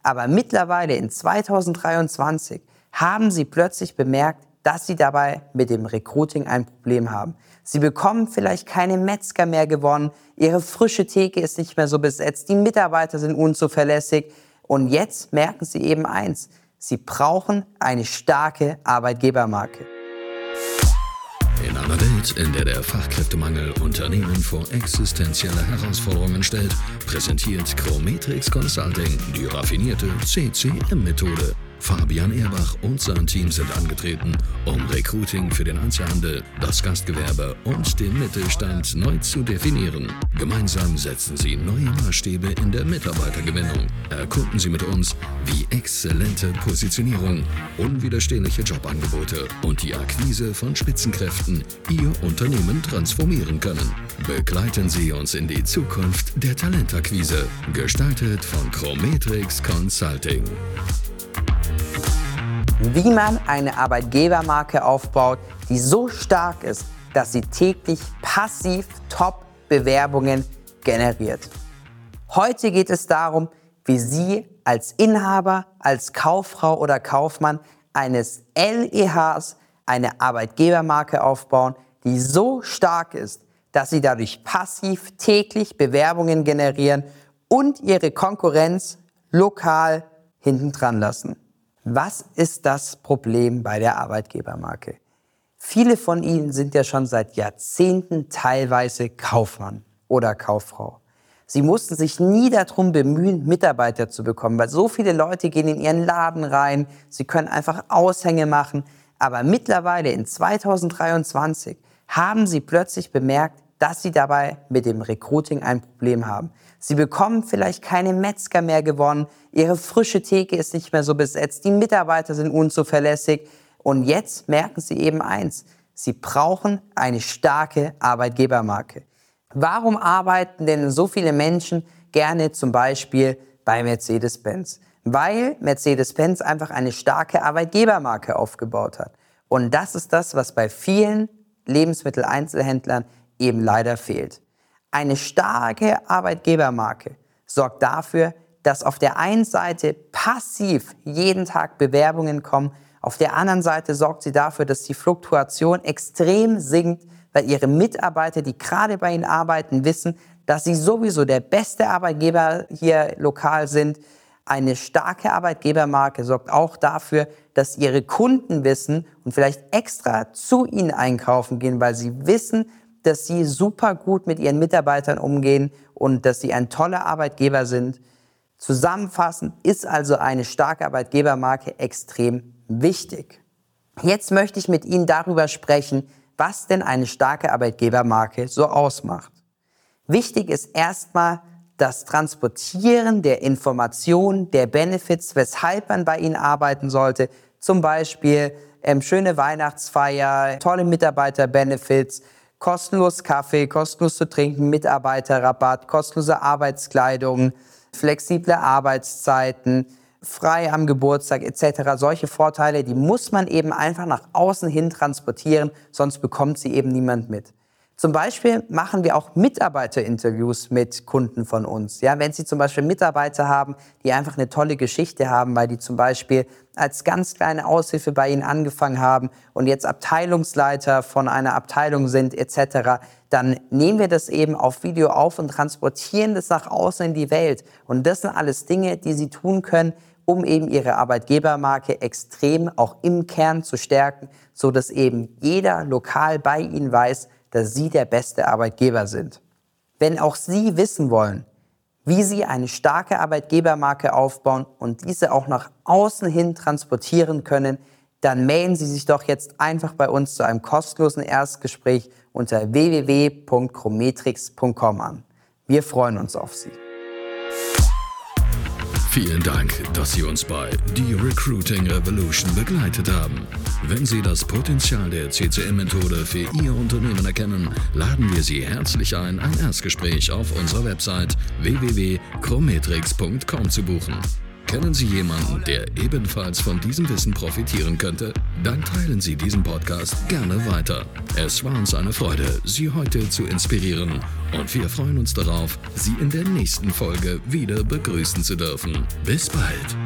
Aber mittlerweile in 2023 haben sie plötzlich bemerkt, dass sie dabei mit dem Recruiting ein Problem haben. Sie bekommen vielleicht keine Metzger mehr gewonnen, ihre frische Theke ist nicht mehr so besetzt, die Mitarbeiter sind unzuverlässig. Und jetzt merken sie eben eins: Sie brauchen eine starke Arbeitgebermarke. In einer Welt, in der der Fachkräftemangel Unternehmen vor existenzielle Herausforderungen stellt, präsentiert Chrometrix Consulting die raffinierte CCM-Methode. Fabian Erbach und sein Team sind angetreten, um Recruiting für den Einzelhandel, das Gastgewerbe und den Mittelstand neu zu definieren. Gemeinsam setzen sie neue Maßstäbe in der Mitarbeitergewinnung. Erkunden Sie mit uns, wie exzellente Positionierung, unwiderstehliche Jobangebote und die Akquise von Spitzenkräften Ihr Unternehmen transformieren können. Begleiten Sie uns in die Zukunft der Talentakquise, gestaltet von Chrometrix Consulting. Wie man eine Arbeitgebermarke aufbaut, die so stark ist, dass sie täglich passiv Top-Bewerbungen generiert. Heute geht es darum, wie Sie als Inhaber, als Kauffrau oder Kaufmann eines LEHs eine Arbeitgebermarke aufbauen, die so stark ist, dass Sie dadurch passiv täglich Bewerbungen generieren und Ihre Konkurrenz lokal hintendran lassen. Was ist das Problem bei der Arbeitgebermarke? Viele von Ihnen sind ja schon seit Jahrzehnten teilweise Kaufmann oder Kauffrau. Sie mussten sich nie darum bemühen, Mitarbeiter zu bekommen, weil so viele Leute gehen in Ihren Laden rein, Sie können einfach Aushänge machen. Aber mittlerweile in 2023 haben Sie plötzlich bemerkt, dass Sie dabei mit dem Recruiting ein Problem haben. Sie bekommen vielleicht keine Metzger mehr gewonnen, Ihre frische Theke ist nicht mehr so besetzt, die Mitarbeiter sind unzuverlässig. Und jetzt merken Sie eben eins: Sie brauchen eine starke Arbeitgebermarke. Warum arbeiten denn so viele Menschen gerne zum Beispiel bei Mercedes-Benz? Weil Mercedes-Benz einfach eine starke Arbeitgebermarke aufgebaut hat. Und das ist das, was bei vielen Lebensmitteleinzelhändlern eben leider fehlt. Eine starke Arbeitgebermarke sorgt dafür, dass auf der einen Seite passiv jeden Tag Bewerbungen kommen, auf der anderen Seite sorgt sie dafür, dass die Fluktuation extrem sinkt, weil Ihre Mitarbeiter, die gerade bei Ihnen arbeiten, wissen, dass Sie sowieso der beste Arbeitgeber hier lokal sind. Eine starke Arbeitgebermarke sorgt auch dafür, dass Ihre Kunden wissen und vielleicht extra zu Ihnen einkaufen gehen, weil sie wissen, dass Sie super gut mit Ihren Mitarbeitern umgehen und dass Sie ein toller Arbeitgeber sind. Zusammenfassend ist also eine starke Arbeitgebermarke extrem wichtig. Jetzt möchte ich mit Ihnen darüber sprechen, was denn eine starke Arbeitgebermarke so ausmacht. Wichtig ist erstmal das Transportieren der Informationen, der Benefits, weshalb man bei Ihnen arbeiten sollte. Zum Beispiel schöne Weihnachtsfeier, tolle Mitarbeiter-Benefits, kostenlos Kaffee, kostenlos zu trinken, Mitarbeiterrabatt, kostenlose Arbeitskleidung, flexible Arbeitszeiten, frei am Geburtstag etc. Solche Vorteile, die muss man eben einfach nach außen hin transportieren, sonst bekommt sie eben niemand mit. Zum Beispiel machen wir auch Mitarbeiterinterviews mit Kunden von uns. Ja, wenn Sie zum Beispiel Mitarbeiter haben, die einfach eine tolle Geschichte haben, weil die zum Beispiel als ganz kleine Aushilfe bei Ihnen angefangen haben und jetzt Abteilungsleiter von einer Abteilung sind etc., dann nehmen wir das eben auf Video auf und transportieren das nach außen in die Welt. Und das sind alles Dinge, die Sie tun können, um eben Ihre Arbeitgebermarke extrem auch im Kern zu stärken, so dass eben jeder lokal bei Ihnen weiß, dass Sie der beste Arbeitgeber sind. Wenn auch Sie wissen wollen, wie Sie eine starke Arbeitgebermarke aufbauen und diese auch nach außen hin transportieren können, dann melden Sie sich doch jetzt einfach bei uns zu einem kostenlosen Erstgespräch unter www.chrometrix.com an. Wir freuen uns auf Sie. Vielen Dank, dass Sie uns bei The Recruiting Revolution begleitet haben. Wenn Sie das Potenzial der CCM-Methode für Ihr Unternehmen erkennen, laden wir Sie herzlich ein Erstgespräch auf unserer Website www.chrometrix.com zu buchen. Kennen Sie jemanden, der ebenfalls von diesem Wissen profitieren könnte? Dann teilen Sie diesen Podcast gerne weiter. Es war uns eine Freude, Sie heute zu inspirieren und wir freuen uns darauf, Sie in der nächsten Folge wieder begrüßen zu dürfen. Bis bald!